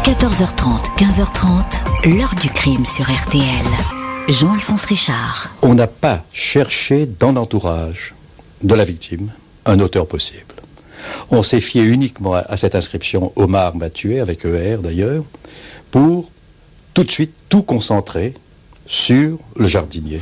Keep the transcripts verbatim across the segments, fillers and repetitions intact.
quatorze heures trente, quinze heures trente, l'heure du crime sur R T L. Jean-Alphonse Richard. On n'a pas cherché dans l'entourage de la victime un auteur possible. On s'est fié uniquement à cette inscription « Omar m'a tué », avec E R d'ailleurs, pour tout de suite tout concentrer sur le jardinier.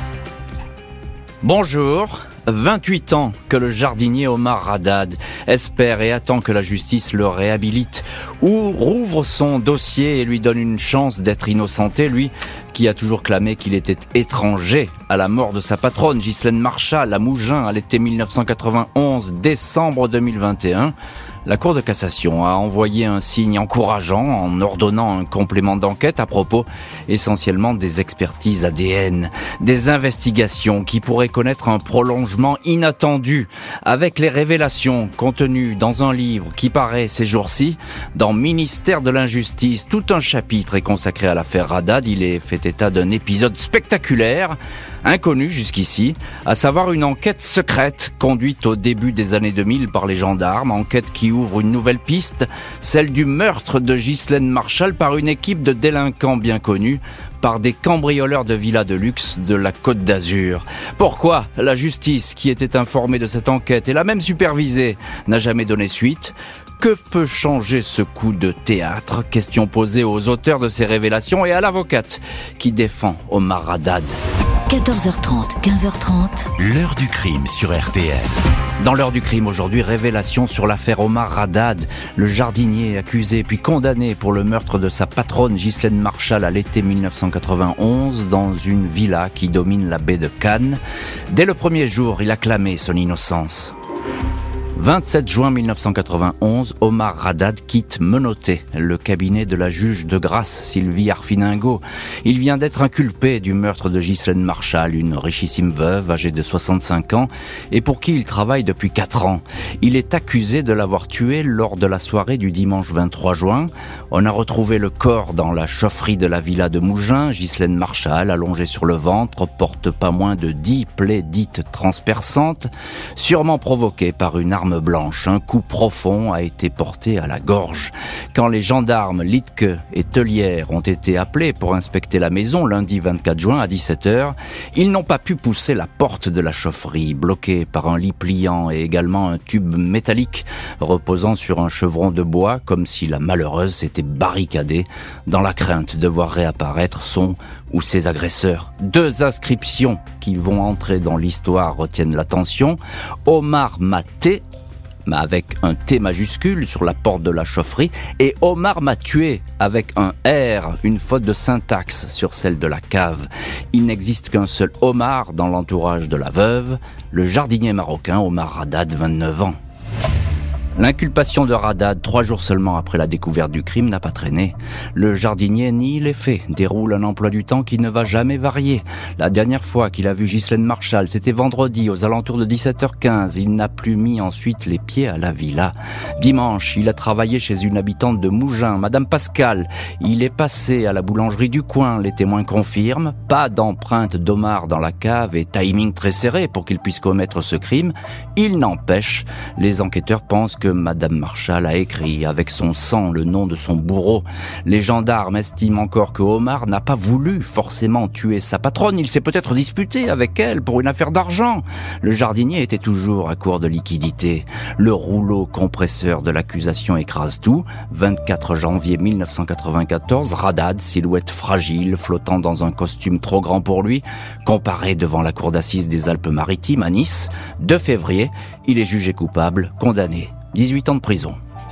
Bonjour. vingt-huit ans que le jardinier Omar Haddad espère et attend que la justice le réhabilite ou rouvre son dossier et lui donne une chance d'être innocenté, lui qui a toujours clamé qu'il était étranger à la mort de sa patronne Ghislaine Marchal à Mougins à l'été mille neuf cent quatre-vingt-onze, décembre deux mille vingt et un. La Cour de cassation a envoyé un signe encourageant en ordonnant un complément d'enquête à propos essentiellement des expertises A D N, des investigations qui pourraient connaître un prolongement inattendu avec les révélations contenues dans un livre qui paraît ces jours-ci dans Ministère de l'Injustice. Tout un chapitre est consacré à l'affaire Haddad. Il est fait état d'un épisode spectaculaire inconnu jusqu'ici, à savoir une enquête secrète conduite au début des années deux mille par les gendarmes, enquête qui ouvre une nouvelle piste, celle du meurtre de Ghislaine Marchal par une équipe de délinquants bien connus, par des cambrioleurs de villas de luxe de la Côte d'Azur. Pourquoi la justice, qui était informée de cette enquête et l'a même supervisée, n'a jamais donné suite ? Que peut changer ce coup de théâtre ? Question posée aux auteurs de ces révélations et à l'avocate qui défend Omar Haddad. quatorze heures trente, quinze heures trente. L'heure du crime sur R T L. Dans l'heure du crime aujourd'hui, révélation sur l'affaire Omar Haddad, le jardinier accusé puis condamné pour le meurtre de sa patronne Ghislaine Marchal à l'été mille neuf cent quatre-vingt-onze dans une villa qui domine la baie de Cannes. Dès le premier jour, il a clamé son innocence. vingt-sept juin mille neuf cent quatre-vingt-onze, Omar Haddad quitte menotté le cabinet de la juge de grâce Sylvie Arfiningo. Il vient d'être inculpé du meurtre de Ghislaine Marchal, une richissime veuve âgée de soixante-cinq ans et pour qui il travaille depuis quatre ans. Il est accusé de l'avoir tuée lors de la soirée du dimanche vingt-trois juin. On a retrouvé le corps dans la chaufferie de la villa de Mougins. Ghislaine Marchal, allongée sur le ventre, porte pas moins de dix plaies dites transperçantes, sûrement provoquées par une arme blanche. Un coup profond a été porté à la gorge. Quand les gendarmes Littke et Tellière ont été appelés pour inspecter la maison lundi vingt-quatre juin à dix-sept heures, ils n'ont pas pu pousser la porte de la chaufferie, bloquée par un lit pliant et également un tube métallique reposant sur un chevron de bois, comme si la malheureuse s'était barricadée dans la crainte de voir réapparaître son ou ses agresseurs. Deux inscriptions qui vont entrer dans l'histoire retiennent l'attention. Omar m'a tué, avec un T majuscule sur la porte de la chaufferie, et Omar m'a tué avec un R, une faute de syntaxe sur celle de la cave. Il n'existe qu'un seul Omar dans l'entourage de la veuve, le jardinier marocain Omar Haddad, vingt-neuf ans. L'inculpation de Haddad, trois jours seulement après la découverte du crime, n'a pas traîné. Le jardinier nie les faits, déroule un emploi du temps qui ne va jamais varier. La dernière fois qu'il a vu Ghislaine Marchal, c'était vendredi, aux alentours de dix-sept heures quinze. Il n'a plus mis ensuite les pieds à la villa. Dimanche, il a travaillé chez une habitante de Mougins, Madame Pascal. Il est passé à la boulangerie du coin, les témoins confirment. Pas d'empreinte d'Omar dans la cave et timing très serré pour qu'il puisse commettre ce crime. Il n'empêche, les enquêteurs pensent que Madame Marchal a écrit avec son sang le nom de son bourreau. Les gendarmes estiment encore que Omar n'a pas voulu forcément tuer sa patronne. Il s'est peut-être disputé avec elle pour une affaire d'argent. Le jardinier était toujours à court de liquidité. Le rouleau compresseur de l'accusation écrase tout. vingt-quatre janvier mille neuf cent quatre-vingt-quatorze, Haddad, silhouette fragile, flottant dans un costume trop grand pour lui, comparé devant la cour d'assises des Alpes-Maritimes à Nice. deux février, il est jugé coupable, condamné. dix-huit ans de prison.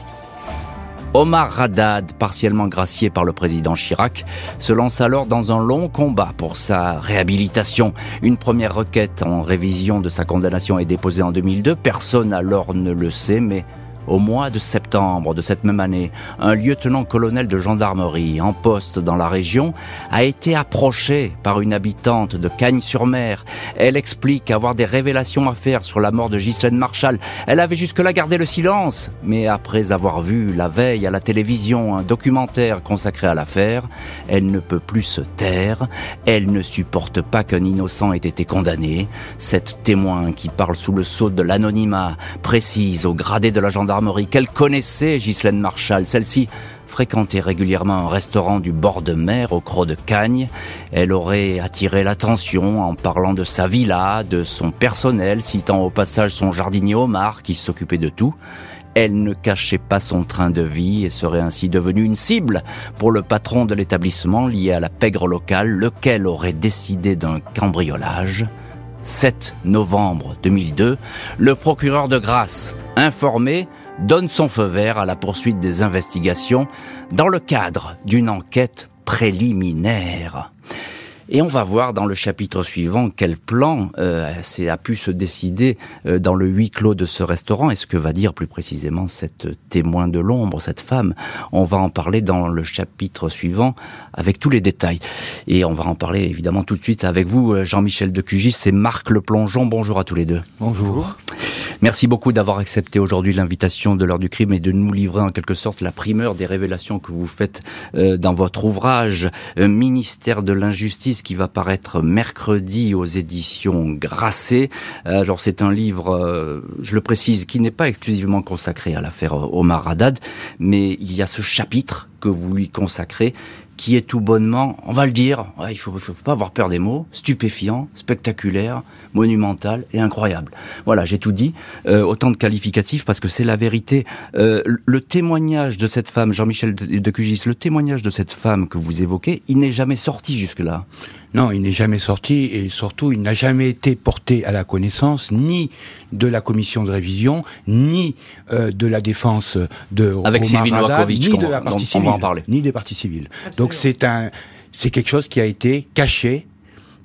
Omar Haddad, partiellement gracié par le président Chirac, se lance alors dans un long combat pour sa réhabilitation. Une première requête en révision de sa condamnation est déposée en deux mille deux. Personne alors ne le sait, mais au mois de septembre de cette même année, un lieutenant-colonel de gendarmerie en poste dans la région a été approché par une habitante de Cagnes-sur-Mer. Elle explique avoir des révélations à faire sur la mort de Ghislaine Marchal. Elle avait jusque-là gardé le silence, mais après avoir vu la veille à la télévision un documentaire consacré à l'affaire, elle ne peut plus se taire. Elle ne supporte pas qu'un innocent ait été condamné. Cette témoin qui parle sous le sceau de l'anonymat précise au gradé de la gendarmerie qu'elle connaissait Ghislaine Marchal. Celle-ci fréquenté régulièrement un restaurant du bord de mer au Croc de Cagnes. Elle aurait attiré l'attention en parlant de sa villa, de son personnel, citant au passage son jardinier Omar qui s'occupait de tout. Elle ne cachait pas son train de vie et serait ainsi devenue une cible pour le patron de l'établissement lié à la pègre locale, lequel aurait décidé d'un cambriolage. sept novembre deux mille deux, le procureur de Grasse, informé, donne son feu vert à la poursuite des investigations dans le cadre d'une enquête préliminaire. Et on va voir dans le chapitre suivant quel plan euh, a pu se décider euh, dans le huis clos de ce restaurant et ce que va dire plus précisément cette témoin de l'ombre, cette femme. On va en parler dans le chapitre suivant avec tous les détails. Et on va en parler évidemment tout de suite avec vous, Jean-Michel Decugis et Marc Le Plongeon. Bonjour à tous les deux. Bonjour. Merci beaucoup d'avoir accepté aujourd'hui l'invitation de l'heure du crime et de nous livrer en quelque sorte la primeur des révélations que vous faites euh, dans votre ouvrage euh, Ministère de l'injustice qui va paraître mercredi aux éditions Grasset. Euh, alors c'est un livre, euh, je le précise, qui n'est pas exclusivement consacré à l'affaire Omar Haddad, mais il y a ce chapitre que vous lui consacrez qui est tout bonnement, on va le dire, ouais, il faut, faut pas avoir peur des mots, stupéfiant, spectaculaire, monumental et incroyable. Voilà, j'ai tout dit, euh, autant de qualificatifs parce que c'est la vérité. Euh, le témoignage de cette femme, Jean-Michel Decugis, le témoignage de cette femme que vous évoquez, il n'est jamais sorti jusque-là. Non, il n'est jamais sorti et surtout, il n'a jamais été porté à la connaissance ni de la commission de révision, ni euh, de la défense de Avec Omar Sylvie Haddad, Novakovic, ni de la partie civile, on va en parler. ni des parties civiles. Absolument. Donc c'est un, c'est quelque chose qui a été caché. Pourquoi ?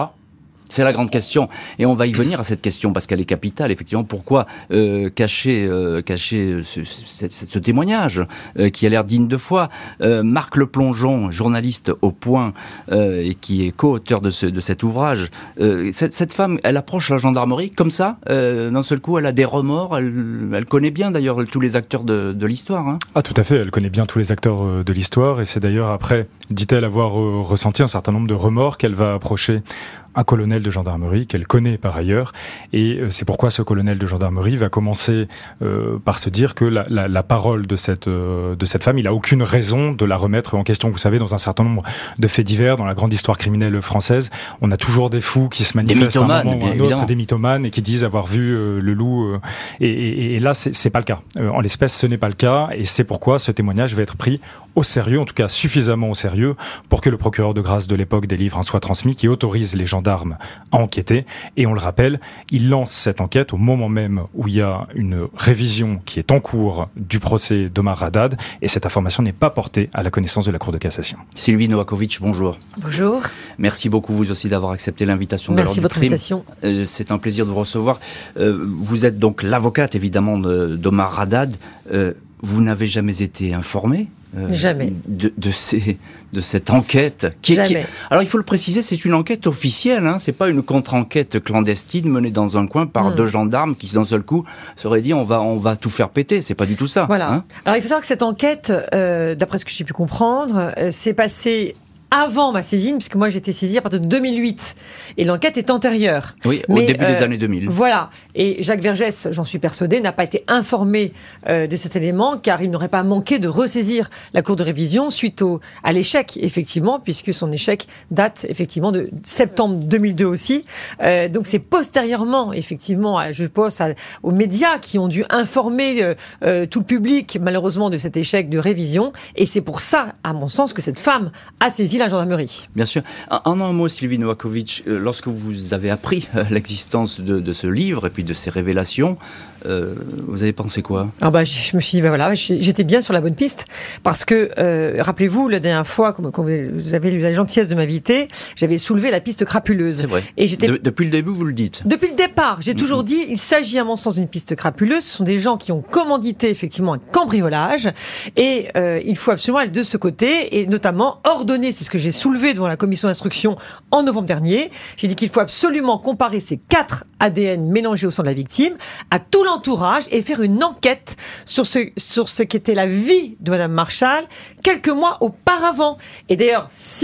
C'est la grande question. Et on va y venir à cette question parce qu'elle est capitale, effectivement. Pourquoi euh, cacher, euh, cacher ce, ce, ce, ce témoignage euh, qui a l'air digne de foi. euh, Marc Le Plongeon, journaliste au Point euh, et qui est co-auteur de, ce, de cet ouvrage. Euh, cette, cette femme, elle approche la gendarmerie comme ça. Euh, d'un seul coup, elle a des remords. Elle, elle connaît bien d'ailleurs tous les acteurs de, de l'histoire. Hein. Ah, tout à fait. Elle connaît bien tous les acteurs de l'histoire. Et c'est d'ailleurs après, dit-elle, avoir euh, ressenti un certain nombre de remords qu'elle va approcher un colonel de gendarmerie qu'elle connaît par ailleurs, et c'est pourquoi ce colonel de gendarmerie va commencer euh, par se dire que la, la, la parole de cette euh, de cette femme, il a aucune raison de la remettre en question. Vous savez, dans un certain nombre de faits divers, dans la grande histoire criminelle française, on a toujours des fous qui se manifestent à un moment ou à un autre, des mythomanes, et qui disent avoir vu euh, le loup. Euh, et, et, et là, c'est, c'est pas le cas. Euh, en l'espèce, ce n'est pas le cas, et c'est pourquoi ce témoignage va être pris au sérieux, en tout cas suffisamment au sérieux, pour que le procureur de grâce de l'époque délivre un soit transmis qui autorise les gendarmes à enquêter. Et on le rappelle, il lance cette enquête au moment même où il y a une révision qui est en cours du procès d'Omar Haddad, et cette information n'est pas portée à la connaissance de la Cour de cassation. Sylvie Novakovic, bonjour. Bonjour. Merci beaucoup vous aussi d'avoir accepté l'invitation de l'heure du crime. Merci de votre invitation. Euh, c'est un plaisir de vous recevoir. Euh, vous êtes donc l'avocate évidemment de, d'Omar Haddad. Euh, vous n'avez jamais été informée Euh, Jamais. De, de, ces, de cette enquête. Qui, Jamais. Qui, alors il faut le préciser, c'est une enquête officielle, hein, c'est pas une contre-enquête clandestine menée dans un coin par mmh. deux gendarmes qui d'un seul coup seraient dit on va, on va tout faire péter, c'est pas du tout ça. Voilà. Hein. Alors il faut savoir que cette enquête, euh, d'après ce que j'ai pu comprendre, euh, s'est passée avant ma saisine, puisque moi j'ai été saisie à partir de deux mille huit, et l'enquête est antérieure. Oui, au Mais, début euh, des années deux mille. Voilà, et Jacques Vergès, j'en suis persuadé, n'a pas été informé euh, de cet élément, car il n'aurait pas manqué de ressaisir la Cour de révision suite au, à l'échec, effectivement, puisque son échec date effectivement de septembre deux mille deux aussi. Euh, donc c'est postérieurement, effectivement, à, je pense à, aux médias qui ont dû informer euh, euh, tout le public, malheureusement, de cet échec de révision, et c'est pour ça, à mon sens, que cette femme a saisi la gendarmerie. Bien sûr. En un mot, Sylvie Novakovic, euh, lorsque vous avez appris euh, l'existence de, de ce livre et puis de ces révélations, euh, vous avez pensé quoi ? Ah bah, je me suis dit, bah voilà, j'étais bien sur la bonne piste, parce que, euh, rappelez-vous, la dernière fois, quand, quand vous avez eu la gentillesse de m'inviter, j'avais soulevé la piste crapuleuse. C'est vrai. Et j'étais... De, depuis le début, vous le dites. Depuis le départ, j'ai mmh. toujours dit, il s'agit à mon sens d'une piste crapuleuse. Ce sont des gens qui ont commandité effectivement un cambriolage, et euh, il faut absolument aller de ce côté, et notamment ordonner, c'est ce que j'ai soulevé devant la commission d'instruction en novembre dernier. J'ai dit qu'il faut absolument comparer ces quatre A D N mélangés au sang de la victime à tout l'entourage et faire une enquête sur ce, sur ce qu'était la vie de Madame Marchal quelques mois auparavant. Et d'ailleurs, si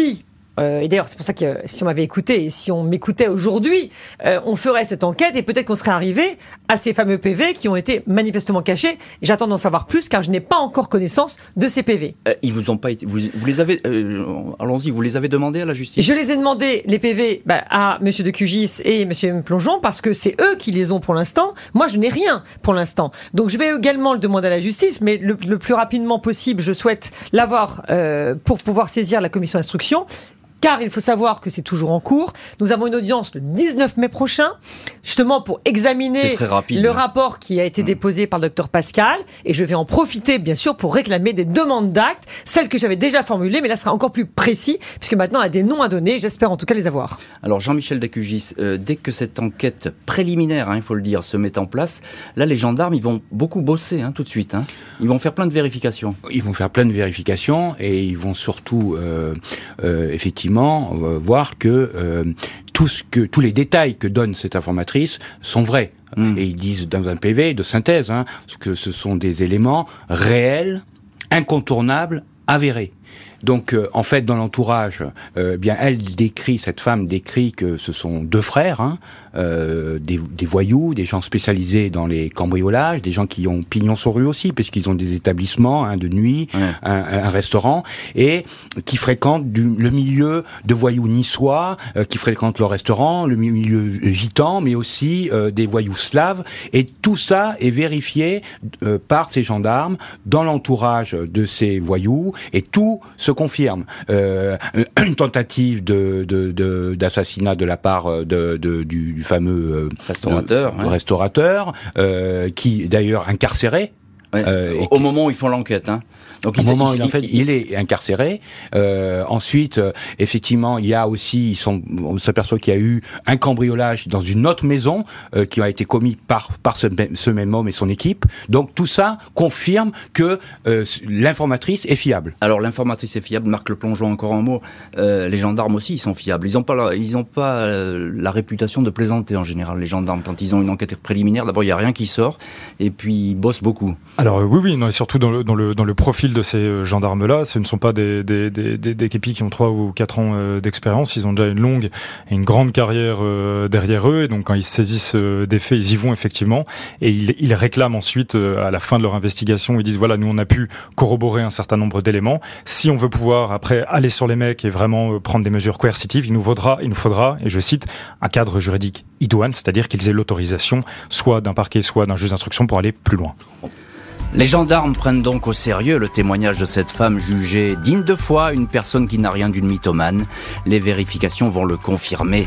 Euh, et d'ailleurs, c'est pour ça que euh, si on m'avait écouté et si on m'écoutait aujourd'hui, euh, on ferait cette enquête et peut-être qu'on serait arrivé à ces fameux P V qui ont été manifestement cachés. J'attends d'en savoir plus car je n'ai pas encore connaissance de ces P V. Euh, ils vous ont pas été, vous, vous les avez, euh, allons-y, vous les avez demandés à la justice? Je les ai demandé, les P V, bah, à Monsieur de Cugis et Monsieur Plongeon parce que c'est eux qui les ont pour l'instant. Moi, je n'ai rien pour l'instant. Donc, je vais également le demander à la justice, mais le, le plus rapidement possible, je souhaite l'avoir euh, pour pouvoir saisir la commission d'instruction. Car il faut savoir que c'est toujours en cours. Nous avons une audience le dix-neuf mai prochain, justement pour examiner le rapport qui a été mmh. déposé par le docteur Pascal. Et je vais en profiter, bien sûr, pour réclamer des demandes d'actes, celles que j'avais déjà formulées, mais là, ce sera encore plus précis, puisque maintenant, il y a des noms à donner. J'espère en tout cas les avoir. Alors, Jean-Michel Dacugis, euh, dès que cette enquête préliminaire, il hein, faut le dire, se met en place, là, les gendarmes, ils vont beaucoup bosser hein, tout de suite. Hein. Ils vont faire plein de vérifications. Ils vont faire plein de vérifications et ils vont surtout, euh, euh, effectivement, voir que euh, tout ce que tous les détails que donne cette informatrice sont vrais. Mmh. Et ils disent dans un P V de synthèse hein, que ce sont des éléments réels, incontournables, avérés. Donc, euh, en fait, dans l'entourage, euh, bien, elle décrit, cette femme décrit que ce sont deux frères, hein, euh, des, des voyous, des gens spécialisés dans les cambriolages, des gens qui ont pignon sur rue aussi, parce qu'ils ont des établissements hein, de nuit, ouais. un, un restaurant, et qui fréquentent du, le milieu de voyous niçois, euh, qui fréquentent le restaurant, le milieu gitan, mais aussi euh, des voyous slaves, et tout ça est vérifié euh, par ces gendarmes dans l'entourage de ces voyous, et tout se confirme. Euh, une tentative de, de, de, d'assassinat de la part de, de, du, du fameux euh, restaurateur, de, ouais. restaurateur euh, qui d'ailleurs incarcéré. Ouais, euh, au qui, moment où ils font l'enquête, hein. Donc au il, moment il, où en fait, il, il est incarcéré. Euh, ensuite, euh, effectivement, il y a aussi, ils sont, on s'aperçoit qu'il y a eu un cambriolage dans une autre maison euh, qui a été commis par par ce, ce même homme et son équipe. Donc tout ça confirme que euh, l'informatrice est fiable. Alors l'informatrice est fiable. Marc Le Plongeon, encore un mot. Euh, les gendarmes aussi, ils sont fiables. Ils n'ont pas, la, ils ont pas euh, la réputation de plaisanter en général. Les gendarmes, quand ils ont une enquête préliminaire, d'abord il y a rien qui sort, et puis ils bossent beaucoup. Alors euh, oui, oui, non, et surtout dans le, dans le, dans le profil de ces euh, gendarmes-là, ce ne sont pas des, des, des, des, des képis qui ont trois ou quatre ans euh, d'expérience, ils ont déjà une longue et une grande carrière euh, derrière eux, et donc quand ils se saisissent euh, des faits, ils y vont effectivement, et ils, ils réclament ensuite, euh, à la fin de leur investigation, ils disent voilà, nous on a pu corroborer un certain nombre d'éléments, si on veut pouvoir après aller sur les mecs et vraiment euh, prendre des mesures coercitives, il nous faudra, il nous faudra, et je cite, un cadre juridique idoine, c'est-à-dire qu'ils aient l'autorisation soit d'un parquet, soit d'un juge d'instruction pour aller plus loin. Les gendarmes prennent donc au sérieux le témoignage de cette femme jugée digne de foi, une personne qui n'a rien d'une mythomane. Les vérifications vont le confirmer.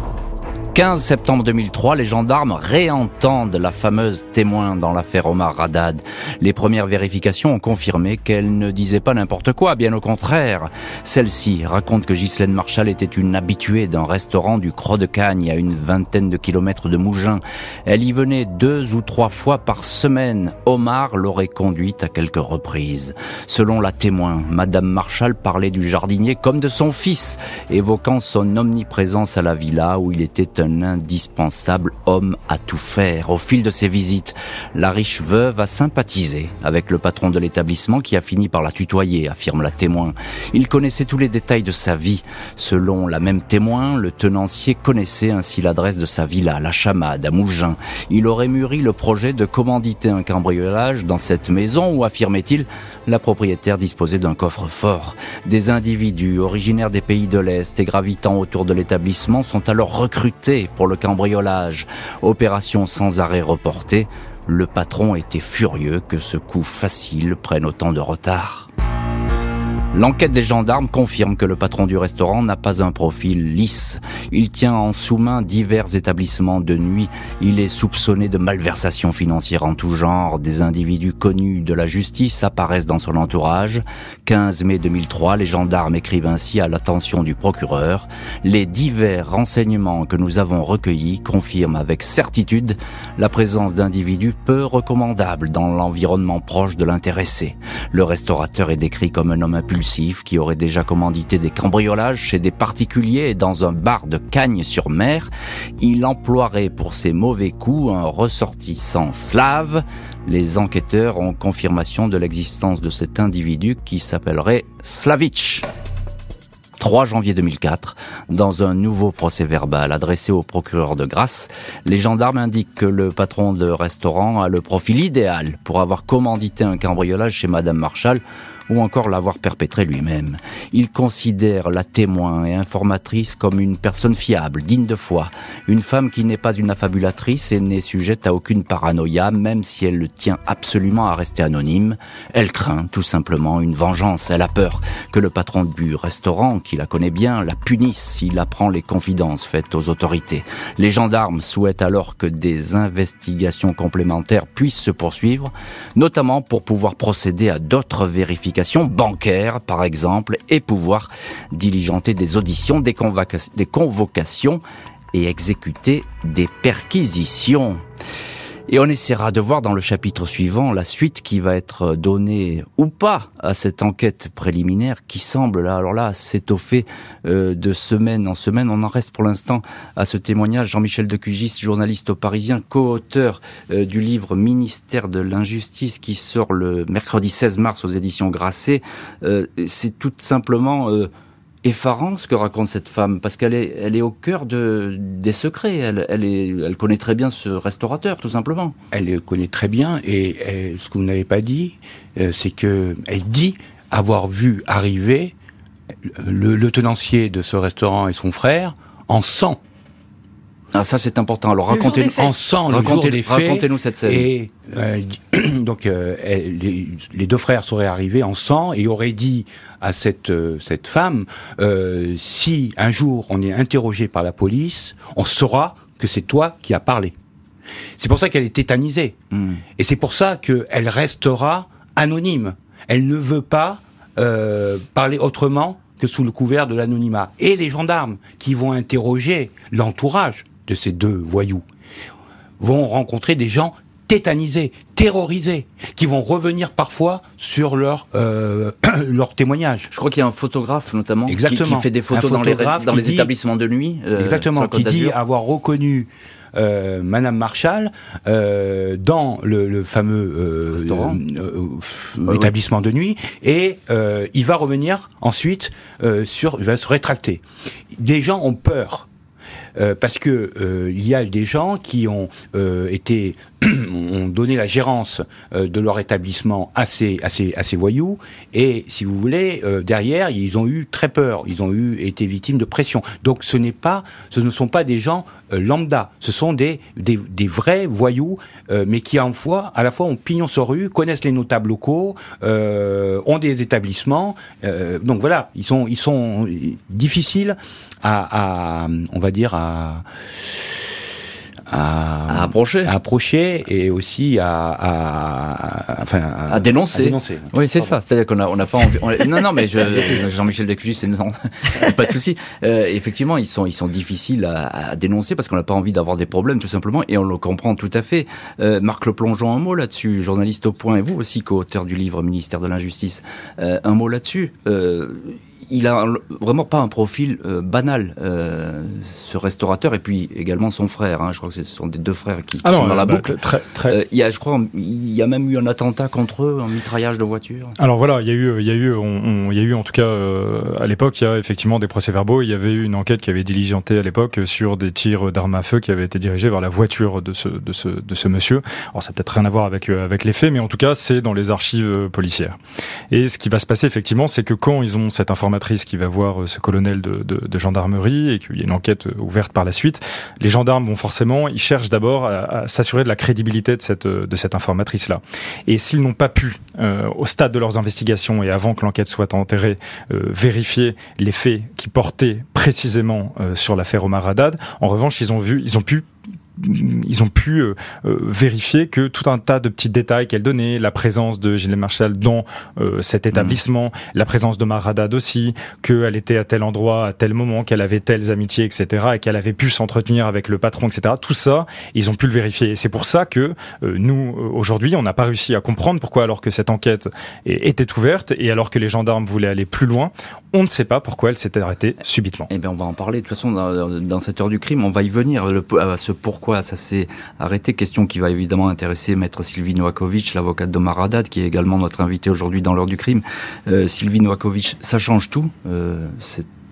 quinze septembre deux mille trois, les gendarmes réentendent la fameuse témoin dans l'affaire Omar Haddad. Les premières vérifications ont confirmé qu'elle ne disait pas n'importe quoi, bien au contraire. Celle-ci raconte que Ghislaine Marchal était une habituée d'un restaurant du Croc de Cagne à une vingtaine de kilomètres de Mougins. Elle y venait deux ou trois fois par semaine. Omar l'aurait conduite à quelques reprises. Selon la témoin, Madame Marchal parlait du jardinier comme de son fils, évoquant son omniprésence à la villa où il était un indispensable homme à tout faire. Au fil de ses visites, la riche veuve a sympathisé avec le patron de l'établissement qui a fini par la tutoyer, affirme la témoin. Il connaissait tous les détails de sa vie. Selon la même témoin, le tenancier connaissait ainsi l'adresse de sa villa, la Chamade, à Mougins. Il aurait mûri le projet de commanditer un cambriolage dans cette maison où, affirmait-il, la propriétaire disposait d'un coffre-fort. Des individus originaires des pays de l'Est et gravitant autour de l'établissement sont alors recrutés pour le cambriolage. Opération sans arrêt reportée, le patron était furieux que ce coup facile prenne autant de retard. L'enquête des gendarmes confirme que le patron du restaurant n'a pas un profil lisse. Il tient en sous-main divers établissements de nuit. Il est soupçonné de malversations financières en tout genre. Des individus connus de la justice apparaissent dans son entourage. quinze mai deux mille trois, les gendarmes écrivent ainsi à l'attention du procureur. Les divers renseignements que nous avons recueillis confirment avec certitude la présence d'individus peu recommandables dans l'environnement proche de l'intéressé. Le restaurateur est décrit comme un homme impulsif qui aurait déjà commandité des cambriolages chez des particuliers et dans un bar de Cagnes-sur-Mer. Il emploierait pour ses mauvais coups un ressortissant slave. Les enquêteurs ont confirmation de l'existence de cet individu qui s'appellerait Slavitch. trois janvier deux mille quatre, dans un nouveau procès-verbal adressé au procureur de Grasse, les gendarmes indiquent que le patron de restaurant a le profil idéal pour avoir commandité un cambriolage chez Madame Marchal, ou encore l'avoir perpétré lui-même. Il considère la témoin et informatrice comme une personne fiable, digne de foi, une femme qui n'est pas une affabulatrice et n'est sujette à aucune paranoïa, même si elle le tient absolument à rester anonyme. Elle craint tout simplement une vengeance. Elle a peur que le patron du restaurant, qui la connaît bien, la punisse s'il apprend les confidences faites aux autorités. Les gendarmes souhaitent alors que des investigations complémentaires puissent se poursuivre, notamment pour pouvoir procéder à d'autres vérifications bancaires, par exemple, et pouvoir diligenter des auditions, des, convoca- des convocations et exécuter des perquisitions. Et on essaiera de voir dans le chapitre suivant la suite qui va être donnée ou pas à cette enquête préliminaire qui semble là, alors là, s'étoffer euh, de semaine en semaine. On en reste pour l'instant à ce témoignage. Jean-Michel Decugis, journaliste au Parisien, co-auteur euh, du livre Ministère de l'injustice qui sort le mercredi seize mars aux éditions Grasset. Euh, c'est tout simplement... Euh, effarant ce que raconte cette femme, parce qu'elle est, elle est au cœur de, des secrets. Elle, elle, est, elle connaît très bien ce restaurateur, tout simplement. Elle le connaît très bien, et, et ce que vous n'avez pas dit, euh, c'est que elle dit avoir vu arriver le, le tenancier de ce restaurant et son frère en sang. Ah, ça c'est important. Alors racontez-nous en sang le racontez, jour des faits. Racontez-nous cette scène. Et euh, donc euh, elle, les, les deux frères seraient arrivés en sang et auraient dit à cette euh, cette femme euh, si un jour on est interrogé par la police, on saura que c'est toi qui as parlé. C'est pour ça qu'elle est tétanisée. Mm. Et c'est pour ça qu'elle restera anonyme. Elle ne veut pas euh, parler autrement que sous le couvert de l'anonymat. Et les gendarmes qui vont interroger l'entourage de ces deux voyous vont rencontrer des gens tétanisés, terrorisés, qui vont revenir parfois sur leur euh, leur témoignage. Je crois qu'il y a un photographe notamment qui, qui fait des photos dans les, dans les dit, établissements de nuit. Euh, exactement, qui dit avoir reconnu Euh, Madame Marchal euh, dans le, le fameux euh, restaurant, euh, euh, établissement de nuit, et euh, il va revenir ensuite euh, sur, il va se rétracter. Des gens ont peur. Euh, parce que euh, il y a des gens qui ont euh, été ont donné la gérance euh, de leur établissement à ces, à ces, à ces voyous, et si vous voulez euh, derrière ils ont eu très peur, ils ont eu été victimes de pression. Donc ce n'est pas, ce ne sont pas des gens euh, lambda, ce sont des des, des vrais voyous, euh, mais qui en fois, à la fois ont pignon sur rue, connaissent les notables locaux, euh, ont des établissements. Euh, donc voilà, ils sont ils sont difficiles à, à on va dire à À, à approcher, à approcher et aussi à, à, à enfin à, à dénoncer. À dénoncer. Oui, c'est Pardon. ça. C'est-à-dire qu'on a, on n'a pas envie. On a, non, non, mais je, Jean-Michel Decugis, c'est non, pas de souci. Euh, effectivement, ils sont, ils sont difficiles à, à dénoncer parce qu'on n'a pas envie d'avoir des problèmes, tout simplement, et on le comprend tout à fait. Euh, Marc Le Plongeon, un mot là-dessus, journaliste au Point, et vous aussi, co-auteur du livre Ministère de l'injustice, euh, un mot là-dessus. Euh, Il a vraiment pas un profil euh, banal, euh, ce restaurateur, et puis également son frère. Hein, je crois que ce sont des deux frères qui, qui ah non, sont dans la bah, boucle. Très, très... Euh, il y a, je crois, il y a même eu un attentat contre eux, un mitraillage de voiture. Alors voilà, il y a eu, il y a eu, on, on, il y a eu en tout cas euh, à l'époque, il y a effectivement des procès-verbaux. Il y avait eu une enquête qui avait diligenté à l'époque sur des tirs d'armes à feu qui avaient été dirigés vers la voiture de ce, de ce, de ce monsieur. Alors ça n'a peut-être rien à voir avec euh, avec les faits, mais en tout cas, c'est dans les archives euh, policières. Et ce qui va se passer effectivement, c'est que quand ils ont cette informatrice qui va voir ce colonel de, de, de gendarmerie et qu'il y a une enquête ouverte par la suite, les gendarmes vont forcément, ils cherchent d'abord à, à s'assurer de la crédibilité de cette, de cette informatrice-là. Et s'ils n'ont pas pu, euh, au stade de leurs investigations et avant que l'enquête soit enterrée, euh, vérifier les faits qui portaient précisément euh, sur l'affaire Omar Haddad, en revanche, ils ont vu, ils ont pu ils ont pu euh, euh, vérifier que tout un tas de petits détails qu'elle donnait, la présence de Ghislaine Marchal dans euh, cet établissement, mmh. la présence de Omar Haddad aussi, qu'elle était à tel endroit, à tel moment, qu'elle avait telles amitiés, et cetera, et qu'elle avait pu s'entretenir avec le patron, et cetera. Tout ça, ils ont pu le vérifier. Et c'est pour ça que euh, nous, aujourd'hui, on n'a pas réussi à comprendre pourquoi, alors que cette enquête était ouverte et alors que les gendarmes voulaient aller plus loin, on ne sait pas pourquoi elle s'était arrêtée subitement. Eh bien, on va en parler. De toute façon, dans, dans cette heure du crime, on va y venir. Le, à ce pourquoi ça s'est arrêté, question qui va évidemment intéresser maître Sylvie Novakovic, l'avocate d'Omar Haddad, qui est également notre invité aujourd'hui dans l'heure du crime. Euh, Sylvie Novakovic, ça change tout, euh, cette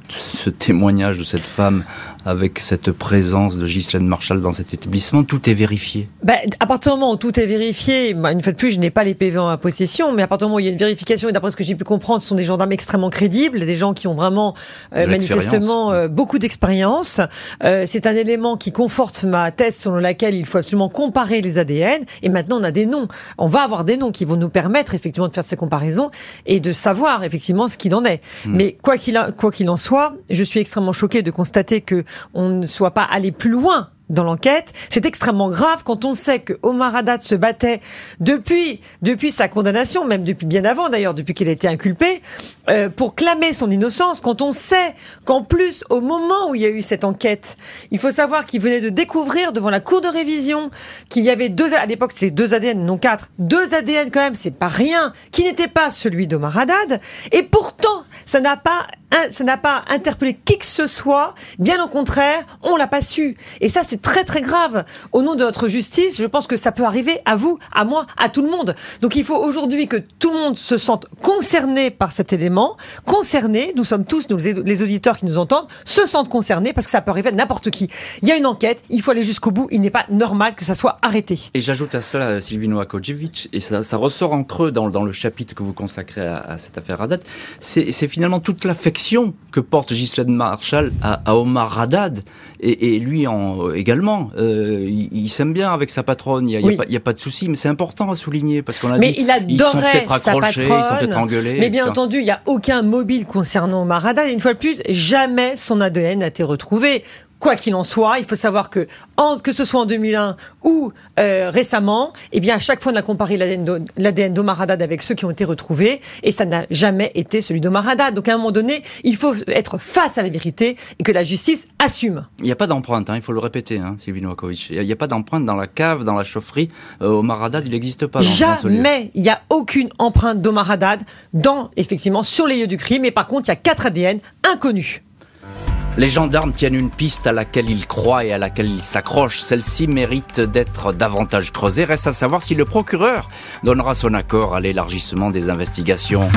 ce témoignage de cette femme avec cette présence de Ghislaine Marchal dans cet établissement, tout est vérifié? Ben, à partir du moment où tout est vérifié, ben, une fois de plus, je n'ai pas les P V en possession, mais à partir du moment où il y a une vérification, et d'après ce que j'ai pu comprendre, ce sont des gendarmes extrêmement crédibles, des gens qui ont vraiment euh, manifestement euh, beaucoup d'expérience. Euh, c'est un élément qui conforte ma thèse selon laquelle il faut absolument comparer les A D N, et maintenant on a des noms. On va avoir des noms qui vont nous permettre effectivement de faire ces comparaisons et de savoir effectivement ce qu'il en est. Mmh. Mais quoi qu'il, a, quoi qu'il en soit, je suis extrêmement choquée de constater que on ne soit pas allé plus loin dans l'enquête. C'est extrêmement grave quand on sait que Omar Haddad se battait depuis depuis sa condamnation, même depuis bien avant d'ailleurs, depuis qu'il a été inculpé, euh, pour clamer son innocence. Quand on sait qu'en plus, au moment où il y a eu cette enquête, il faut savoir qu'il venait de découvrir devant la cour de révision qu'il y avait deux, à l'époque c'est deux A D N, non quatre, deux A D N quand même, c'est pas rien, qui n'était pas celui d'Omar Haddad, et pourtant ça n'a pas ça n'a pas interpellé qui que ce soit, bien au contraire, on l'a pas su. Et ça, c'est très très grave. Au nom de notre justice, je pense que ça peut arriver à vous, à moi, à tout le monde. Donc il faut aujourd'hui que tout le monde se sente concerné par cet élément, concerné, nous sommes tous, nous, les auditeurs qui nous entendent, se sentent concernés parce que ça peut arriver à n'importe qui. Il y a une enquête, il faut aller jusqu'au bout, il n'est pas normal que ça soit arrêté. Et j'ajoute à cela, Sylvie Novakovic, et ça, ça ressort en creux dans, dans le chapitre que vous consacrez à, à cette affaire Haddad, c'est, c'est finalement toute l'affection que porte Ghislaine Marchal à, à Omar Haddad, et, et lui en, également. Euh, il, il s'aime bien avec sa patronne, il n'y a, oui. a, a, a pas de souci, mais c'est important à souligner, parce qu'on a mais dit il adorait ils sont peut-être accrochés, sa patronne, ils sont peut-être engueulés. Mais bien entendu, il n'y a aucun mobile concernant Omar Haddad, et une fois de plus, jamais son A D N n'a été retrouvé. Quoi qu'il en soit, il faut savoir que, en, que ce soit en deux mille un ou euh, récemment, eh bien, à chaque fois, on a comparé l'A D N d'Omar Haddad avec ceux qui ont été retrouvés, et ça n'a jamais été celui d'Omar Haddad. Donc, à un moment donné, il faut être face à la vérité et que la justice assume. Il n'y a pas d'empreinte, hein, il faut le répéter, hein, Sylvie Novakovic. Il n'y a pas d'empreinte dans la cave, dans la chaufferie. Euh, Omar Haddad, il n'existe pas dans, jamais, dans ce lieu. Jamais. Il n'y a aucune empreinte d'Omar Haddad dans, effectivement, sur les lieux du crime. Mais par contre, il y a quatre A D N inconnus. Les gendarmes tiennent une piste à laquelle ils croient et à laquelle ils s'accrochent. Celle-ci mérite d'être davantage creusée. Reste à savoir si le procureur donnera son accord à l'élargissement des investigations.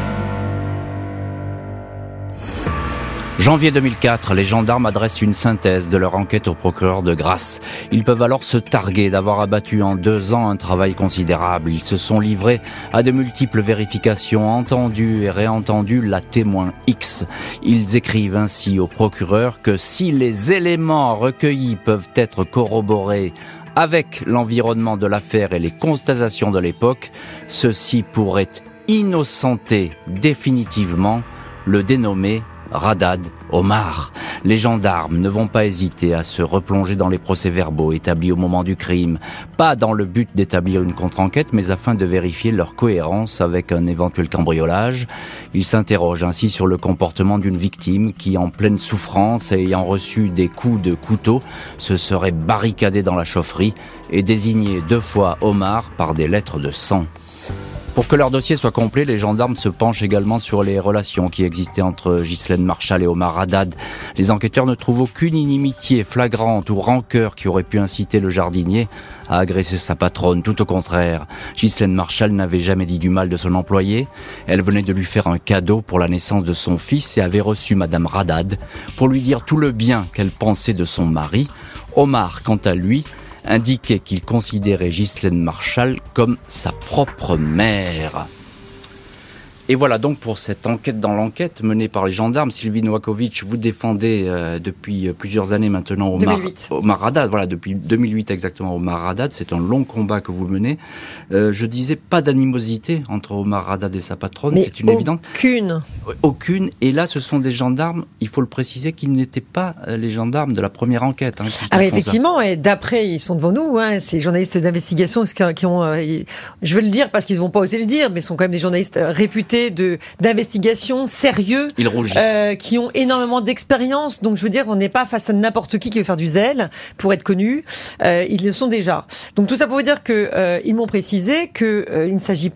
Janvier deux mille quatre, les gendarmes adressent une synthèse de leur enquête au procureur de Grasse. Ils peuvent alors se targuer d'avoir abattu en deux ans un travail considérable. Ils se sont livrés à de multiples vérifications, entendu et réentendu la témoin X. Ils écrivent ainsi au procureur que si les éléments recueillis peuvent être corroborés avec l'environnement de l'affaire et les constatations de l'époque, ceci pourrait innocenter définitivement le dénommé Haddad Omar. Les gendarmes ne vont pas hésiter à se replonger dans les procès-verbaux établis au moment du crime, pas dans le but d'établir une contre-enquête, mais afin de vérifier leur cohérence avec un éventuel cambriolage. Ils s'interrogent ainsi sur le comportement d'une victime qui, en pleine souffrance et ayant reçu des coups de couteau, se serait barricadée dans la chaufferie et désigné deux fois Omar par des lettres de sang. Pour que leur dossier soit complet, les gendarmes se penchent également sur les relations qui existaient entre Ghislaine Marchal et Omar Haddad. Les enquêteurs ne trouvent aucune inimitié flagrante ou rancœur qui aurait pu inciter le jardinier à agresser sa patronne. Tout au contraire, Ghislaine Marchal n'avait jamais dit du mal de son employé. Elle venait de lui faire un cadeau pour la naissance de son fils et avait reçu Madame Haddad pour lui dire tout le bien qu'elle pensait de son mari. Omar, quant à lui, indiquait qu'il considérait Ghislaine Marchal comme sa propre mère. Et voilà donc pour cette enquête dans l'enquête menée par les gendarmes. Sylvie Novakovic, vous défendez euh, depuis plusieurs années maintenant Omar, Omar Haddad. Voilà, depuis deux mille huit exactement Omar Haddad. C'est un long combat que vous menez. Euh, je disais pas d'animosité entre Omar Haddad et sa patronne, mais c'est une évidence. Aucune. Aucune. Et là, ce sont des gendarmes, il faut le préciser, qui n'étaient pas les gendarmes de la première enquête. Hein, qui, ah qui mais effectivement, et d'après, ils sont devant nous, hein, ces journalistes d'investigation qui ont, euh, je veux le dire parce qu'ils ne vont pas oser le dire, mais sont quand même des journalistes réputés de d'investigation sérieux, ils rougissent, euh, qui ont énormément d'expérience. Donc je veux dire, on n'est pas face à n'importe qui qui veut faire du zèle pour être connu. Euh, ils le sont déjà. Donc tout ça pour vous dire que euh, ils m'ont précisé que euh, il ne s'agit pas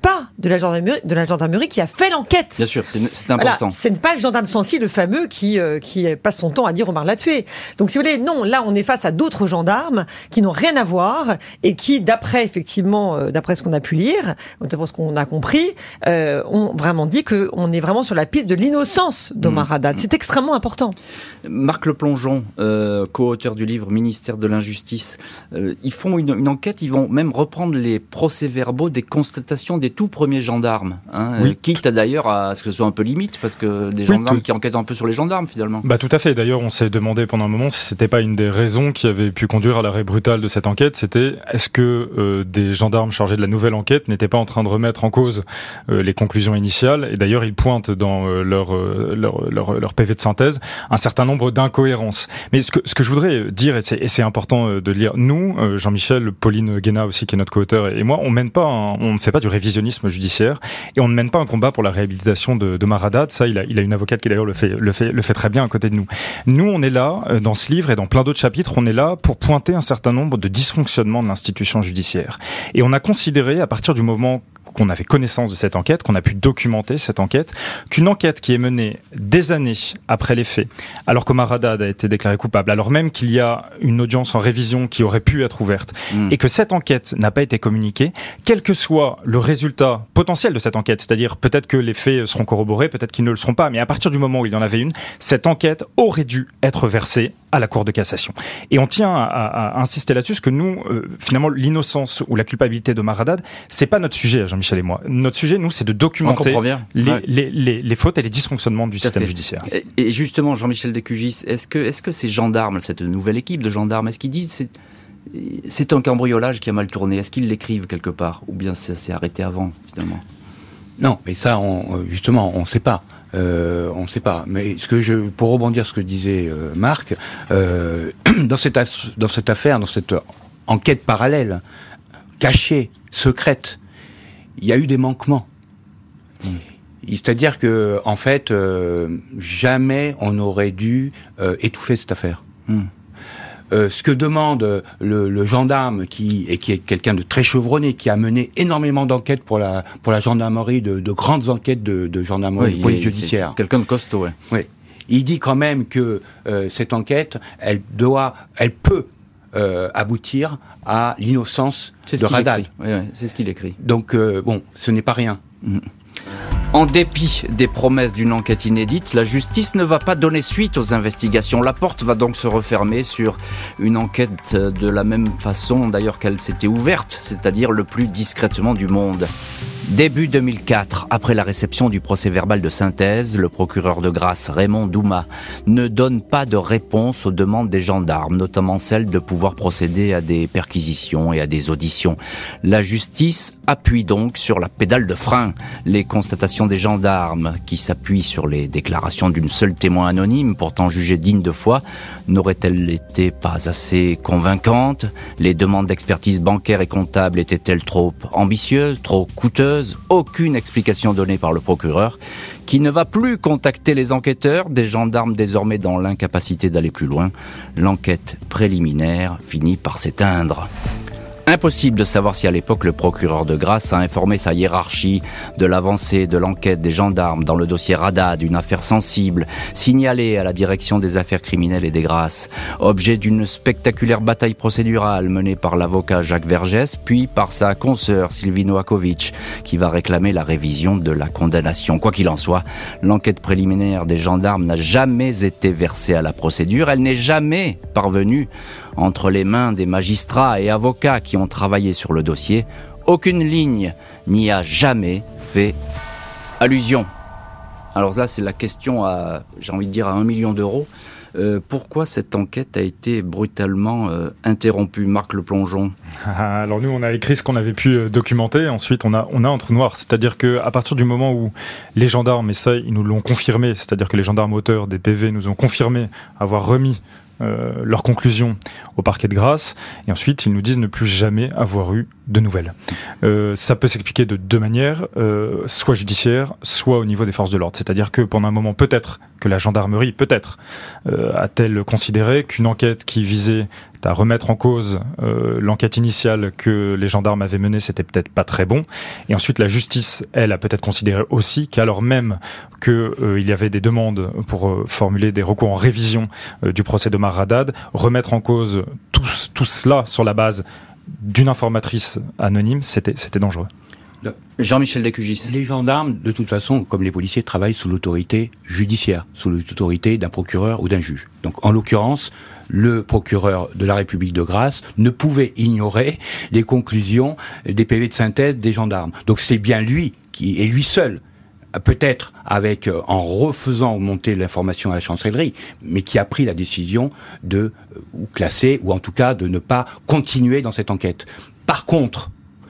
de la gendarmerie, de la gendarmerie qui a fait l'enquête. Bien sûr, c'est, c'est important. Voilà, ce n'est pas le gendarme Sancy, le fameux, qui, euh, qui passe son temps à dire Omar l'a tué. Donc, si vous voulez, non, là, on est face à d'autres gendarmes qui n'ont rien à voir et qui, d'après, effectivement, euh, d'après ce qu'on a pu lire, d'après ce qu'on a compris, euh, ont vraiment dit qu'on est vraiment sur la piste de l'innocence d'Omar mmh. Haddad. C'est extrêmement important. Marc Le Plongeon, euh, co-auteur du livre Ministère de l'Injustice, euh, ils font une, une enquête, ils vont même reprendre les procès-verbaux des constatations des tout premiers gendarmes, hein, oui. euh, quitte à, d'ailleurs à ce que ce soit un peu limite, parce que des oui, gendarmes tout... qui enquêtent un peu sur les gendarmes finalement. Bah tout à fait, d'ailleurs on s'est demandé pendant un moment si c'était pas une des raisons qui avait pu conduire à l'arrêt brutal de cette enquête, c'était est-ce que euh, des gendarmes chargés de la nouvelle enquête n'étaient pas en train de remettre en cause euh, les conclusions initiales, et d'ailleurs ils pointent dans euh, leur, euh, leur, leur, leur P V de synthèse un certain nombre d'incohérences. Mais ce que, ce que je voudrais dire, et c'est, et c'est important de le dire, nous, euh, Jean-Michel, Pauline Guéna aussi qui est notre co-auteur, et moi, on mène pas un, on ne fait pas du révisionnisme judiciaire, et on ne mène pas un combat pour la réhabilitation de, de Omar Haddad. Ça, il a, il a une avocate qui d'ailleurs le fait, le fait, le fait très bien à côté de nous. Nous, on est là, dans ce livre et dans plein d'autres chapitres, on est là pour pointer un certain nombre de dysfonctionnements de l'institution judiciaire. Et on a considéré, à partir du moment qu'on avait connaissance de cette enquête, qu'on a pu documenter cette enquête, qu'une enquête qui est menée des années après les faits, alors qu'Omar Haddad a été déclaré coupable, alors même qu'il y a une audience en révision qui aurait pu être ouverte, mmh. et que cette enquête n'a pas été communiquée, quel que soit le résultat potentiel de cette enquête, c'est-à-dire peut-être que les faits seront corroborés, peut-être qu'ils ne le seront pas, mais à partir du moment où il y en avait une, cette enquête aurait dû être versée à la Cour de cassation. Et on tient à, à, à insister là-dessus, parce que nous, euh, finalement, l'innocence ou la culpabilité d'Omar Haddad, c'est pas notre sujet, Jean-Michel et moi. Notre sujet, nous, c'est de documenter les, ouais. les, les, les fautes et les dysfonctionnements du Tout système judiciaire. Et, et justement, Jean-Michel Descugis, est-ce que, est-ce que ces gendarmes, cette nouvelle équipe de gendarmes, est-ce qu'ils disent c'est, c'est un cambriolage qui a mal tourné? Est-ce qu'ils l'écrivent quelque part? Ou bien ça s'est arrêté avant, finalement? Non, mais ça, on, justement, on ne sait pas. Euh, on ne sait pas. Mais ce que je, pour rebondir sur ce que disait euh, Marc, euh, dans cette as, dans cette affaire, dans cette enquête parallèle, cachée, secrète, il y a eu des manquements. Mmh. C'est-à-dire que, en fait, euh, jamais on n'aurait dû euh, étouffer cette affaire. Mmh. Euh, ce que demande le, le gendarme qui et qui est quelqu'un de très chevronné, qui a mené énormément d'enquêtes pour la pour la gendarmerie, de, de grandes enquêtes de, de gendarmerie, oui, police est, judiciaire. C'est quelqu'un de costaud, ouais. Oui. Il dit quand même que euh, cette enquête, elle doit, elle peut euh, aboutir à l'innocence c'est de Haddad. Oui, oui, c'est ce qu'il écrit. Donc euh, bon, ce n'est pas rien. Mmh. En dépit des promesses d'une enquête inédite, la justice ne va pas donner suite aux investigations. La porte va donc se refermer sur une enquête de la même façon d'ailleurs qu'elle s'était ouverte, c'est-à-dire le plus discrètement du monde. Début deux mille quatre, après la réception du procès-verbal de synthèse, le procureur de Grasse, Raymond Douma, ne donne pas de réponse aux demandes des gendarmes, notamment celle de pouvoir procéder à des perquisitions et à des auditions. La justice appuie donc sur la pédale de frein. Les constatations des gendarmes, qui s'appuient sur les déclarations d'une seule témoin anonyme, pourtant jugée digne de foi, n'auraient-elles été pas assez convaincantes? Les demandes d'expertise bancaire et comptable étaient-elles trop ambitieuses, trop coûteuses? Aucune explication donnée par le procureur, qui ne va plus contacter les enquêteurs, des gendarmes désormais dans l'incapacité d'aller plus loin. L'enquête préliminaire finit par s'éteindre. Impossible de savoir si à l'époque le procureur de Grasse a informé sa hiérarchie de l'avancée de l'enquête des gendarmes dans le dossier Haddad, une affaire sensible, signalée à la direction des affaires criminelles et des Grâces, objet d'une spectaculaire bataille procédurale menée par l'avocat Jacques Vergès, puis par sa consoeur Sylvie Noakovic, qui va réclamer la révision de la condamnation. Quoi qu'il en soit, l'enquête préliminaire des gendarmes n'a jamais été versée à la procédure, elle n'est jamais parvenue entre les mains des magistrats et avocats qui ont travaillé sur le dossier. Aucune ligne n'y a jamais fait allusion. Alors là, c'est la question à, j'ai envie de dire, à un million d'euros. Euh, pourquoi cette enquête a été brutalement euh, interrompue, Marc Le Plongeon? Alors nous, on a écrit ce qu'on avait pu documenter. Ensuite, on a, on a un trou noir. C'est-à-dire qu'à partir du moment où les gendarmes, et ça, ils nous l'ont confirmé, c'est-à-dire que les gendarmes auteurs des P V nous ont confirmé avoir remis Euh, leurs conclusions au parquet de Grasse, et ensuite ils nous disent ne plus jamais avoir eu de nouvelles. Euh, ça peut s'expliquer de deux manières, euh, soit judiciaire, soit au niveau des forces de l'ordre. C'est-à-dire que pendant un moment, peut-être que la gendarmerie, peut-être, euh, a-t-elle considéré qu'une enquête qui visait à remettre en cause euh, l'enquête initiale que les gendarmes avaient menée, c'était peut-être pas très bon. Et ensuite, la justice, elle, a peut-être considéré aussi qu'alors même qu'il euh, y avait des demandes pour euh, formuler des recours en révision euh, du procès d'Omar Haddad, remettre en cause tout, tout cela sur la base d'une informatrice anonyme, c'était, c'était dangereux. Jean-Michel Descugis. Les gendarmes, de toute façon, comme les policiers, travaillent sous l'autorité judiciaire, sous l'autorité d'un procureur ou d'un juge. Donc, en l'occurrence, le procureur de la République de Grasse ne pouvait ignorer les conclusions des P V de synthèse des gendarmes. Donc, c'est bien lui, qui est lui seul, peut-être avec euh, en refaisant monter l'information à la chancellerie, mais qui a pris la décision de euh, ou classer, ou en tout cas de ne pas continuer dans cette enquête. Par contre,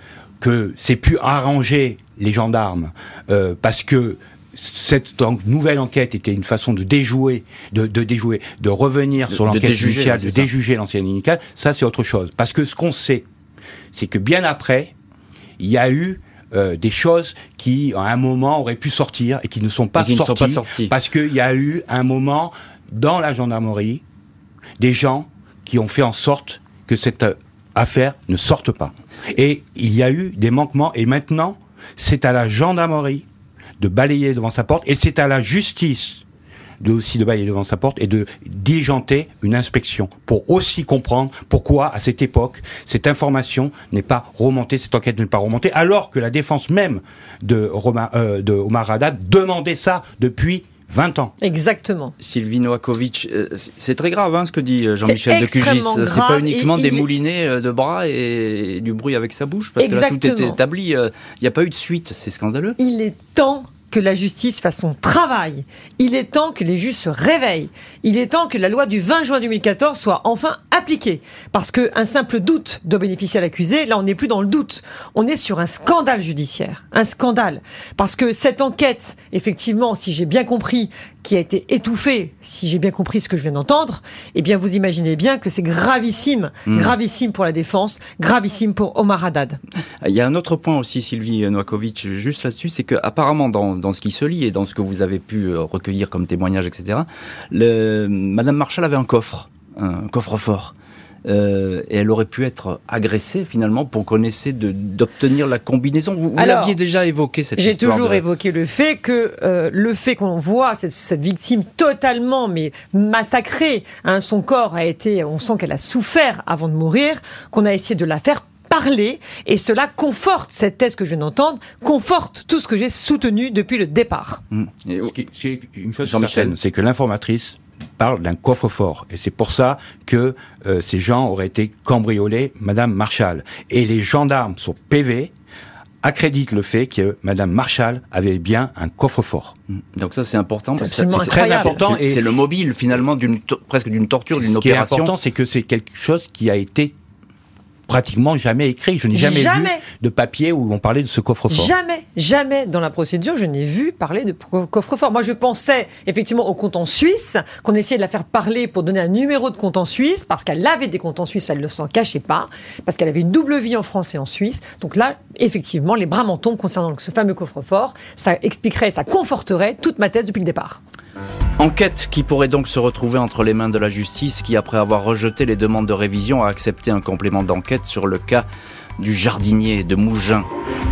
que c'est pu arranger les gendarmes euh, parce que cette nouvelle enquête était une façon de déjouer, de, de déjouer, de revenir de, sur l'enquête initiale, de déjuger l'ancienne initiale, ça c'est autre chose. Parce que ce qu'on sait, c'est que bien après, il y a eu Euh, des choses qui, à un moment, auraient pu sortir et qui ne sont pas, qui sorties, ne sont pas sorties parce qu'il y a eu, un moment, dans la gendarmerie, des gens qui ont fait en sorte que cette affaire ne sorte pas. Et il y a eu des manquements, et maintenant, c'est à la gendarmerie de balayer devant sa porte, et c'est à la justice de aussi de balayer devant sa porte et de diligenter une inspection pour aussi comprendre pourquoi, à cette époque, cette information n'est pas remontée, cette enquête n'est pas remontée, alors que la défense même de, Roma, euh, de Omar Haddad demandait ça depuis vingt ans. Exactement. Sylvie Novakovic, euh, c'est très grave hein, ce que dit Jean-Michel Descugis. C'est pas uniquement des il... moulinets de bras et du bruit avec sa bouche, parce Exactement. que là tout est établi. Il n'y a pas eu de suite, c'est scandaleux. Il est temps que la justice fasse son travail. Il est temps que les juges se réveillent. Il est temps que la loi du vingt juin deux mille quatorze soit enfin appliquée. Parce qu'un simple doute doit bénéficier à l'accusé. Là, on n'est plus dans le doute. On est sur un scandale judiciaire. Un scandale. Parce que cette enquête, effectivement, si j'ai bien compris, qui a été étouffée, si j'ai bien compris ce que je viens d'entendre, eh bien, vous imaginez bien que c'est gravissime. Mmh. Gravissime pour la défense, gravissime pour Omar Haddad. Il y a un autre point aussi, Sylvie Novakovic, juste là-dessus, c'est qu'apparemment, dans dans ce qui se lit et dans ce que vous avez pu recueillir comme témoignage, et cetera, le, Madame Marshall avait un coffre, un coffre-fort. Euh, et elle aurait pu être agressée finalement pour qu'on essaie de, d'obtenir la combinaison. Vous, vous Alors, l'aviez déjà évoqué cette j'ai histoire. J'ai toujours de... évoqué le fait que euh, le fait qu'on voit cette, cette victime totalement mais massacrée, hein, son corps a été, on sent qu'elle a souffert avant de mourir, qu'on a essayé de la faire parler, et cela conforte, cette thèse que je viens d'entendre, conforte tout ce que j'ai soutenu depuis le départ. Mmh. Et, okay. C'est une chose certaine, c'est que l'informatrice parle d'un coffre-fort, et c'est pour ça que euh, ces gens auraient été cambriolés, Madame Marshall. Et les gendarmes sur P V accréditent le fait que Madame Marshall avait bien un coffre-fort. Donc ça c'est important, c'est, c'est, c'est très important, c'est, et c'est le mobile finalement d'une to- presque d'une torture, d'une ce opération. Ce qui est important, c'est que c'est quelque chose qui a été pratiquement jamais écrit. Je n'ai jamais, jamais vu de papier où on parlait de ce coffre-fort. Jamais, jamais dans la procédure, je n'ai vu parler de coffre-fort. Moi, je pensais effectivement au compte en Suisse, qu'on essayait de la faire parler pour donner un numéro de compte en Suisse, parce qu'elle avait des comptes en Suisse, elle ne s'en cachait pas, parce qu'elle avait une double vie en France et en Suisse. Donc là, effectivement, les bras m'en tombent concernant ce fameux coffre-fort. Ça expliquerait, ça conforterait toute ma thèse depuis le départ. Enquête qui pourrait donc se retrouver entre les mains de la justice qui, après avoir rejeté les demandes de révision, a accepté un complément d'enquête sur le cas du jardinier de Mougins.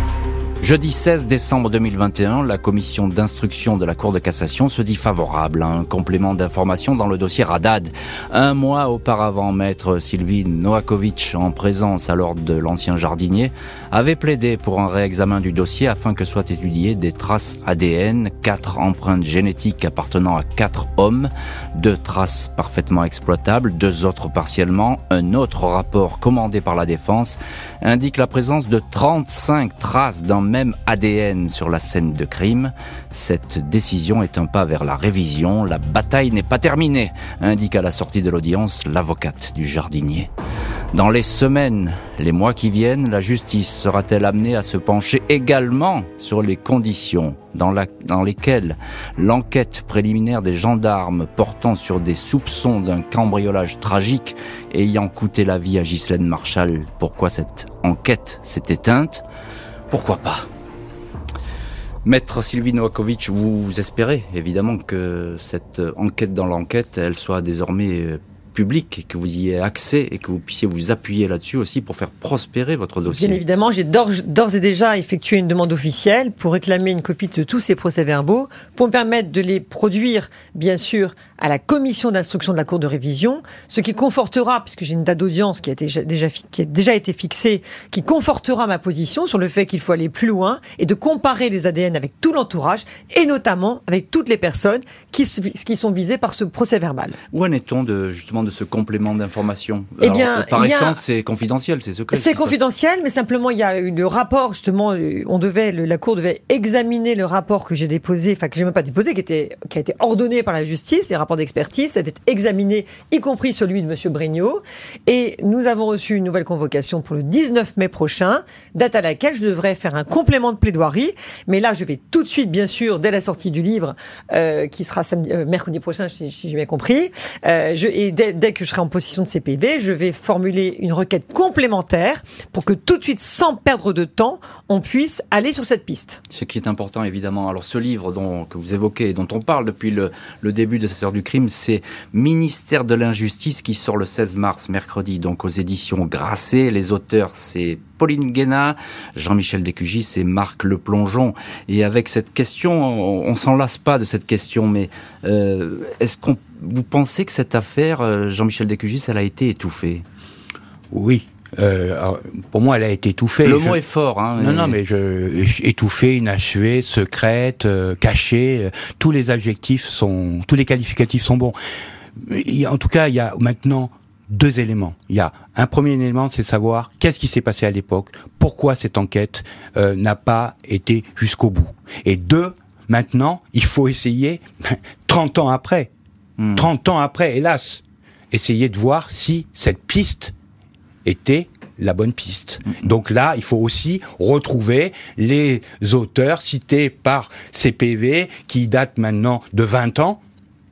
Jeudi seize décembre deux mille vingt et un, la commission d'instruction de la Cour de cassation se dit favorable à un complément d'information dans le dossier Haddad. Un mois auparavant, maître Sylvie Novakovic, en présence alors de l'ancien jardinier, avait plaidé pour un réexamen du dossier afin que soient étudiées des traces A D N, quatre empreintes génétiques appartenant à quatre hommes, deux traces parfaitement exploitables, deux autres partiellement. Un autre rapport commandé par la défense indique la présence de trente-cinq traces d'un même A D N sur la scène de crime. Cette décision est un pas vers la révision. La bataille n'est pas terminée, indique à la sortie de l'audience l'avocate du jardinier. Dans les semaines, les mois qui viennent, la justice sera-t-elle amenée à se pencher également sur les conditions dans, la, dans lesquelles l'enquête préliminaire des gendarmes portant sur des soupçons d'un cambriolage tragique ayant coûté la vie à Ghislaine Marchal, pourquoi cette enquête s'est éteinte? Pourquoi pas? Maître Sylvie Novakovic, vous espérez évidemment que cette enquête dans l'enquête, elle soit désormais public, et que vous y ayez accès et que vous puissiez vous appuyer là-dessus aussi pour faire prospérer votre dossier. Bien évidemment, j'ai d'ores, d'ores et déjà effectué une demande officielle pour réclamer une copie de tous ces procès-verbaux, pour me permettre de les produire, bien sûr, à la commission d'instruction de la Cour de révision, ce qui confortera, puisque j'ai une date d'audience qui a, été déjà, qui a déjà été fixée, qui confortera ma position sur le fait qu'il faut aller plus loin et de comparer les A D N avec tout l'entourage, et notamment avec toutes les personnes qui, qui sont visées par ce procès-verbal. Où en est-on de, justement, de ce complément d'information? Eh bien, Alors, par il y a... essence, c'est confidentiel, c'est secret. C'est confidentiel, mais simplement, il y a eu le rapport, justement, on devait, la Cour devait examiner le rapport que j'ai déposé, enfin, que j'ai même pas déposé, qui était, qui a été ordonné par la justice, les rapports d'expertise, ça devait être examiné, y compris celui de monsieur Bregnaud. Et nous avons reçu une nouvelle convocation pour le dix-neuf mai prochain, date à laquelle je devrais faire un complément de plaidoirie. Mais là, je vais tout de suite, bien sûr, dès la sortie du livre, euh, qui sera samedi, euh, mercredi prochain, si, si j'ai bien compris, euh, je, et dès, dès que je serai en possession de ces P V, je vais formuler une requête complémentaire pour que tout de suite, sans perdre de temps, on puisse aller sur cette piste. Ce qui est important, évidemment. Alors, ce livre dont, que vous évoquez et dont on parle depuis le, le début de cette heure du crime, c'est Ministère de l'injustice, qui sort le seize mars, mercredi, donc aux éditions Grasset. Les auteurs, c'est Pauline Guénat, Jean-Michel Descugis et Marc Le Plongeon. Et avec cette question, on, on s'en lasse pas de cette question, mais euh, est-ce qu'on, vous pensez que cette affaire, Jean-Michel Descugis, elle a été étouffée? Oui. Euh, alors, pour moi, elle a été étouffée. Le je... mot est fort, hein. Non, et... non, mais je... étouffée, inachevée, secrète, euh, cachée. Euh, tous les adjectifs sont, tous les qualificatifs sont bons. Et en tout cas, il y a maintenant deux éléments. Il y a un premier élément, c'est savoir qu'est-ce qui s'est passé à l'époque, pourquoi cette enquête euh, n'a pas été jusqu'au bout. Et deux, maintenant, il faut essayer, trente ans après, mmh. trente ans après, hélas, essayer de voir si cette piste était la bonne piste. Mmh. Donc là, il faut aussi retrouver les auteurs cités par ces P V qui datent maintenant de vingt ans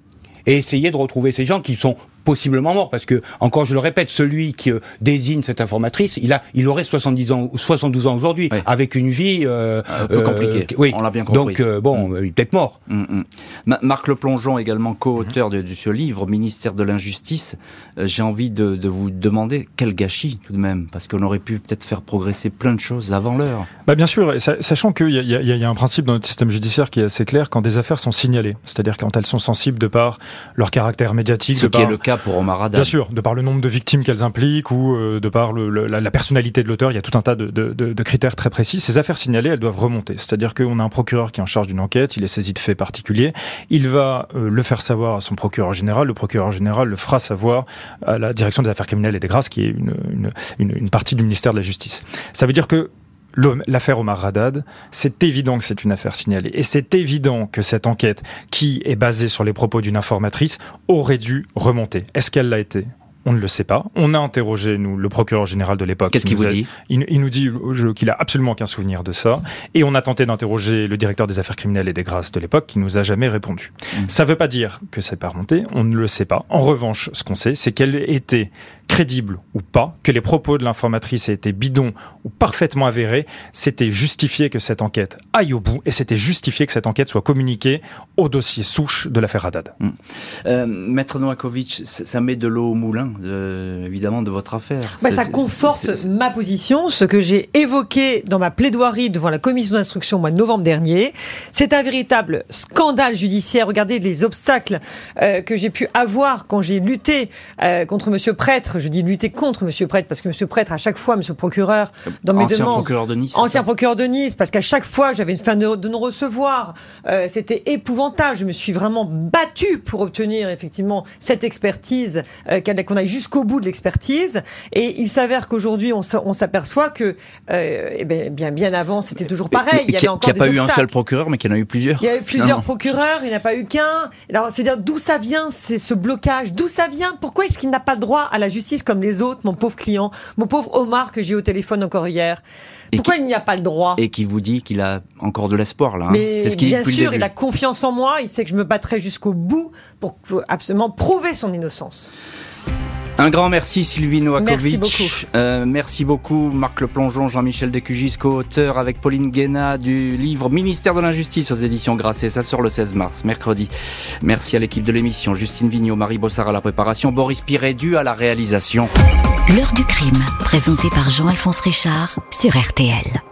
et essayer de retrouver ces gens qui sont possiblement morts, parce que, encore je le répète, celui qui euh, désigne cette informatrice, il a, il aurait soixante-dix ans, soixante-douze ans aujourd'hui, oui. avec une vie euh, un peu compliquée. Euh, oui. On l'a bien compris. Donc euh, bon, mmh. il est peut-être mort. Mmh. Marc Le Plongeon, également co-auteur mmh. de, de ce livre, Ministère de l'injustice. Euh, j'ai envie de, de vous demander quel gâchis tout de même, parce qu'on aurait pu peut-être faire progresser plein de choses avant l'heure. Bah bien sûr, sachant qu'il y, y, y a un principe dans notre système judiciaire qui est assez clair quand des affaires sont signalées, c'est-à-dire quand elles sont sensibles de par leur caractère médiatique, ce de qui par... est le cas pour Omar Haddad. Bien sûr, de par le nombre de victimes qu'elles impliquent ou euh, de par le, le, la, la personnalité de l'auteur, il y a tout un tas de, de, de, de critères très précis. Ces affaires signalées, elles doivent remonter. C'est-à-dire qu'on a un procureur qui est en charge d'une enquête, il est saisi de faits particuliers, il va euh, le faire savoir à son procureur général, le procureur général le fera savoir à la direction des affaires criminelles et des grâces, qui est une, une, une, une partie du ministère de la Justice. Ça veut dire que l'affaire Omar Haddad, c'est évident que c'est une affaire signalée. Et c'est évident que cette enquête, qui est basée sur les propos d'une informatrice, aurait dû remonter. Est-ce qu'elle l'a été ? On ne le sait pas. On a interrogé, nous, le procureur général de l'époque. Qu'est-ce qu'il vous a, dit ? il, il nous dit je, qu'il a absolument aucun souvenir de ça. Et on a tenté d'interroger le directeur des affaires criminelles et des grâces de l'époque, qui nous a jamais répondu. Mmh. Ça veut pas dire que c'est pas remonté. On ne le sait pas. En revanche, ce qu'on sait, c'est qu'elle était crédible ou pas, que les propos de l'informatrice aient été bidons ou parfaitement avérés, c'était justifié que cette enquête aille au bout et c'était justifié que cette enquête soit communiquée au dossier souche de l'affaire Haddad. Mmh. Euh, Maître Novakovic, ça met de l'eau au moulin, de, évidemment, de votre affaire. Bah, ça conforte c'est, c'est... ma position, ce que j'ai évoqué dans ma plaidoirie devant la commission d'instruction au mois de novembre dernier. C'est un véritable scandale judiciaire. Regardez les obstacles euh, que j'ai pu avoir quand j'ai lutté euh, contre Monsieur Prêtre. Je dis lutter contre Monsieur Prêtre parce que Monsieur Prêtre, à chaque fois, Monsieur le procureur, dans mes ancien demandes, procureur de Nice, ancien procureur de Nice, parce qu'à chaque fois, j'avais une fin de, de non-recevoir. Euh, c'était épouvantable. Je me suis vraiment battue pour obtenir effectivement cette expertise, euh, qu'on aille jusqu'au bout de l'expertise. Et il s'avère qu'aujourd'hui, on, on s'aperçoit que, euh, eh bien, bien, bien avant, c'était toujours pareil. Il y avait encore des obstacles. Il n'y a pas eu un seul procureur, mais qu'il y en a eu plusieurs. Il y a eu plusieurs procureurs. Il n'y en a pas eu qu'un. Alors, c'est-à-dire d'où ça vient, c'est ce blocage. D'où ça vient ? Pourquoi est-ce qu'il n'a pas le droit à la justice ? justice comme les autres, mon pauvre client, mon pauvre Omar que j'ai au téléphone encore hier. Pourquoi qui, il n'y a pas le droit? Et qui vous dit qu'il a encore de l'espoir, là. Hein. Mais c'est ce qu'il bien dit sûr, il a confiance en moi, il sait que je me battrai jusqu'au bout pour absolument prouver son innocence. Un grand merci Sylvie Novakovic. Merci beaucoup. Euh, merci beaucoup Marc Le Plongeon, Jean-Michel Descugis, co-auteur avec Pauline Guéna du livre Ministère de l'Injustice aux éditions Grasset. Ça sort le seize mars, mercredi. Merci à l'équipe de l'émission, Justine Vignot, Marie Bossard à la préparation, Boris Pirédu à la réalisation. L'heure du crime, présenté par Jean-Alphonse Richard sur R T L.